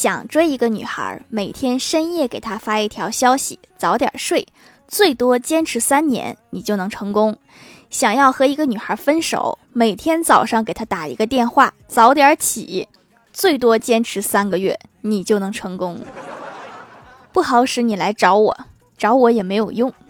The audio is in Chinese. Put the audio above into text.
想追一个女孩，每天深夜给她发一条消息，早点睡，最多坚持3年，你就能成功。想要和一个女孩分手，每天早上给她打一个电话，早点起，最多坚持3个月，你就能成功。不好使你来找我，找我也没有用。